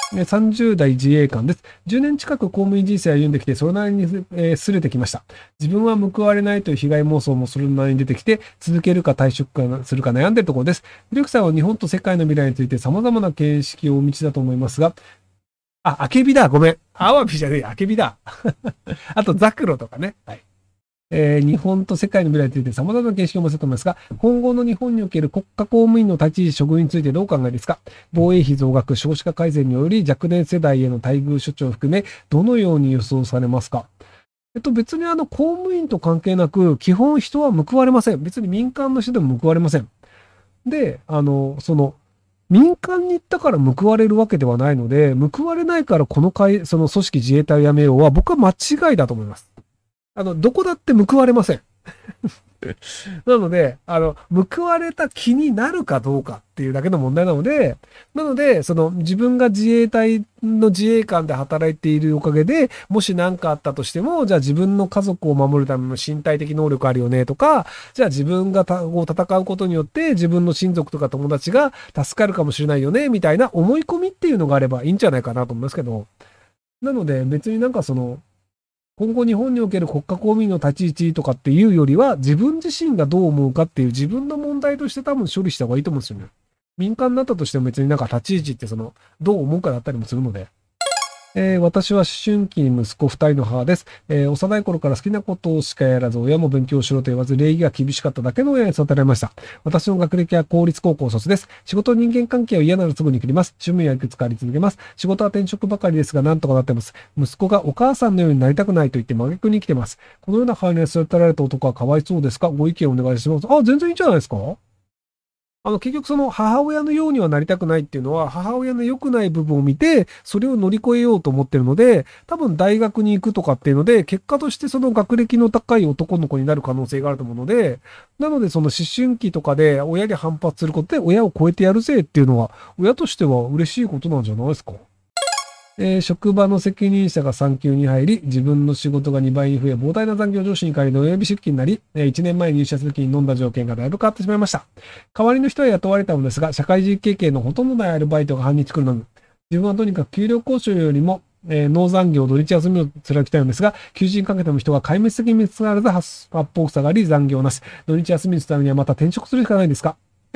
30代自衛官です。10年近く公務員人生を歩んできて、それなりに、擦れてきました。自分は報われないという被害妄想もそれなりに出てきて、続けるか退職かするか悩んでいるところです。ひろゆきさんは日本と世界の未来について様々な見識をお持ちだと思いますが、あけびだ。ごめん。アワビじゃねえ。あけびだ。あと、ザクロとかね。はい。日本と世界の未来について様々な見識を持つと思いますが、今後の日本における国家公務員の立ち位置、処遇についてどうお考えですか？防衛費増額、少子化改善により若年世代への待遇処置を含め、どのように予想されますか？別に公務員と関係なく、基本人は報われません。別に民間の人でも報われません。で、民間に行ったから報われるわけではないので、報われないからその組織自衛隊を辞めようは、僕は間違いだと思います。どこだって報われません。なので、報われた気になるかどうかっていうだけの問題なので、自分が自衛隊の自衛官で働いているおかげで、もし何かあったとしても、じゃあ自分の家族を守るための身体的能力あるよねとか、じゃあ自分が戦うことによって自分の親族とか友達が助かるかもしれないよね、みたいな思い込みっていうのがあればいいんじゃないかなと思いますけど、なので別に今後日本における国家公務員の立ち位置とかっていうよりは、自分自身がどう思うかっていう自分の問題として多分処理した方がいいと思うんですよね。民間になったとしても別に立ち位置ってどう思うかだったりもするので。私は思春期に息子2人の母です。幼い頃から好きなことしかやらず、親も勉強しろと言わず、礼儀が厳しかっただけの親に育てられました。私の学歴は公立高校卒です。仕事人間関係は嫌ならすぐに切ります。趣味はいくつかあり続けます。仕事は転職ばかりですが、なんとかなってます。息子がお母さんのようになりたくないと言って真逆に生きてます。このような母親に育てられた男はかわいそうですか？ご意見をお願いします。全然いいんじゃないですか？結局母親のようにはなりたくないっていうのは、母親の良くない部分を見て、それを乗り越えようと思ってるので、多分大学に行くとかっていうので、結果としてその学歴の高い男の子になる可能性があると思うので、なので思春期とかで親に反発することで親を超えてやるぜっていうのは、親としては嬉しいことなんじゃないですか。職場の責任者が産休に入り、自分の仕事が2倍に増え、膨大な残業上司に代わりの親指出勤になり、1年前に入社するときに飲んだ条件がだいぶ変わってしまいました。代わりの人は雇われたのですが、社会人経験のほとんどないアルバイトが半日来るのに、自分はとにかく給料交渉よりも、農残業、土日休みを貫きたいのですが、求人かけても人が壊滅的に見つからず、八方塞がり残業なし、土日休みにするためにはまた転職するしかないんですか？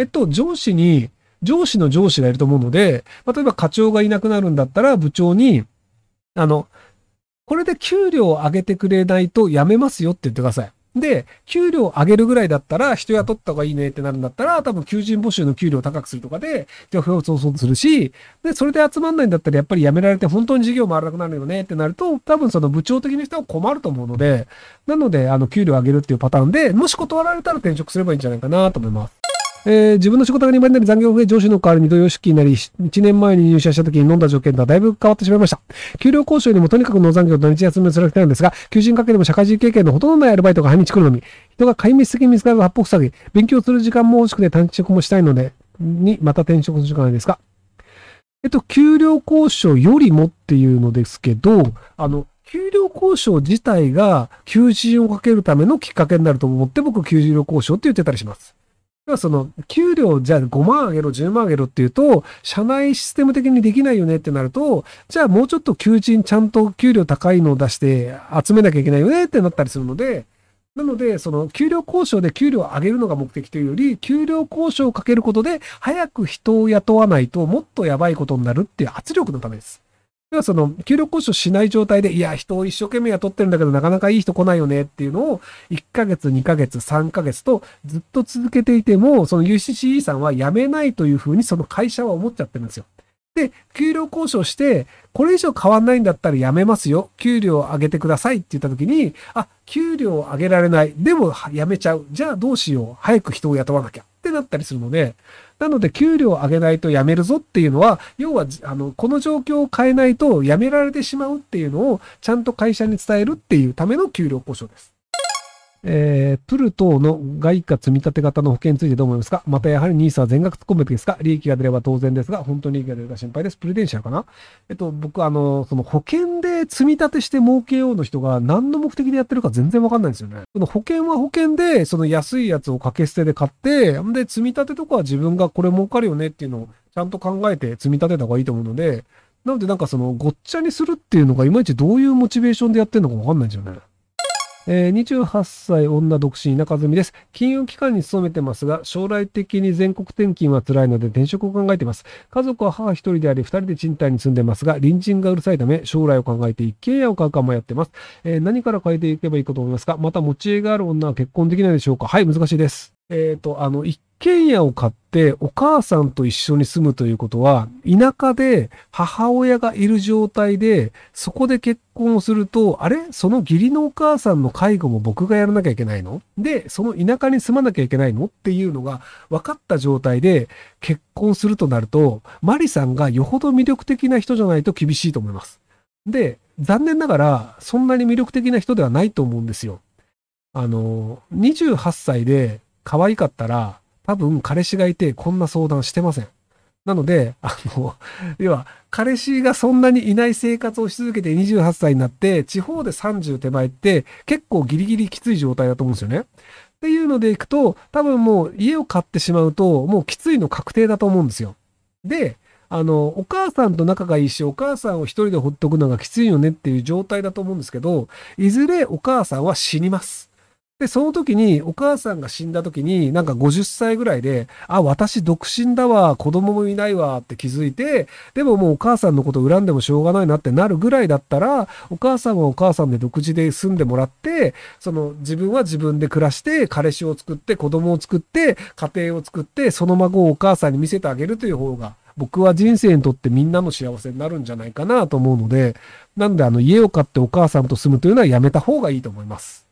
上司の上司がいると思うので、例えば課長がいなくなるんだったら部長に、これで給料を上げてくれないと辞めますよって言ってください。で、給料を上げるぐらいだったら人雇った方がいいねってなるんだったら、多分求人募集の給料を高くするとかで、人を増そうとするし、で、それで集まんないんだったらやっぱり辞められて本当に事業回らなくなるよねってなると、多分部長的な人は困ると思うので、なので、給料を上げるっていうパターンで、もし断られたら転職すればいいんじゃないかなと思います。自分の仕事が2倍になり残業が増え上司の代わりに土曜出勤になり、1年前に入社した時に飲んだ条件とはだいぶ変わってしまいました。給料交渉にもとにかく農残業と土日休みを貫きたいのですが、求人かけでも社会人経験のほとんどないアルバイトが半日来るのみ、人が壊滅的に見つかる八方塞ぎ、勉強する時間も欲しくて短期職もしたいので、また転職するしかないですか？給料交渉よりもっていうのですけど、給料交渉自体が求人をかけるためのきっかけになると思って僕、給料交渉って言ってたりします。給料じゃあ5万上げろ、10万上げろっていうと、社内システム的にできないよねってなると、じゃあもうちょっと求人ちゃんと給料高いのを出して集めなきゃいけないよねってなったりするので、なので、給料交渉で給料を上げるのが目的というより、給料交渉をかけることで、早く人を雇わないともっとやばいことになるっていう圧力のためです。では給料交渉しない状態で、いや、人を一生懸命雇ってるんだけど、なかなかいい人来ないよねっていうのを、1ヶ月、2ヶ月、3ヶ月とずっと続けていても、UCCE さんは辞めないというふうにその会社は思っちゃってるんですよ。で、給料交渉して、これ以上変わんないんだったら辞めますよ。給料を上げてくださいって言った時に、給料を上げられない。でも辞めちゃう。じゃあどうしよう。早く人を雇わなきゃってなったりするので、なので、給料を上げないと辞めるぞっていうのは、要は、この状況を変えないと辞められてしまうっていうのを、ちゃんと会社に伝えるっていうための給料交渉です。プル等の外貨積立型の保険についてどう思いますか？またやはり NISA は全額突っ込むべきですか？利益が出れば当然ですが、本当に利益が出るか心配です。プルデンシャルかな？僕保険で積み立てして儲けようの人が何の目的でやってるか全然わかんないんですよね。保険は保険で、安いやつを掛け捨てで買って、で、積み立てとかは自分がこれ儲かるよねっていうのをちゃんと考えて積み立てた方がいいと思うので、 なのでなんかそのごっちゃにするっていうのがいまいちどういうモチベーションでやってるのかわかんないんですよね。28歳女独身田舎住みです。金融機関に勤めてますが、将来的に全国転勤は辛いので転職を考えています。家族は母一人であり、二人で賃貸に住んでますが、隣人がうるさいため、将来を考えて一軒家を買うかもやってます。何から変えていけばいいかと思いますか？また持ち家がある女は結婚できないでしょうか？はい、難しいです。一軒家を買ってお母さんと一緒に住むということは、田舎で母親がいる状態で、そこで結婚をすると、あれその義理のお母さんの介護も僕がやらなきゃいけないの？で、その田舎に住まなきゃいけないのっていうのが分かった状態で結婚するとなると、マリさんがよほど魅力的な人じゃないと厳しいと思います。で、残念ながら、そんなに魅力的な人ではないと思うんですよ。28歳で可愛かったら、多分彼氏がいてこんな相談してません。なので、要は、彼氏がそんなにいない生活をし続けて28歳になって、地方で30手前って結構ギリギリきつい状態だと思うんですよね。っていうのでいくと、多分もう家を買ってしまうと、もうきついの確定だと思うんですよ。で、お母さんと仲がいいし、お母さんを一人でほっとくのがきついよねっていう状態だと思うんですけど、いずれお母さんは死にます。で、その時に、お母さんが死んだ時に、なんか50歳ぐらいで、あ、私独身だわ、子供もいないわって気づいて、でももうお母さんのこと恨んでもしょうがないなってなるぐらいだったら、お母さんはお母さんで独自で住んでもらって、その自分は自分で暮らして、彼氏を作って、子供を作って、家庭を作って、その孫をお母さんに見せてあげるという方が、僕は人生にとってみんなの幸せになるんじゃないかなと思うので、なんで家を買ってお母さんと住むというのはやめた方がいいと思います。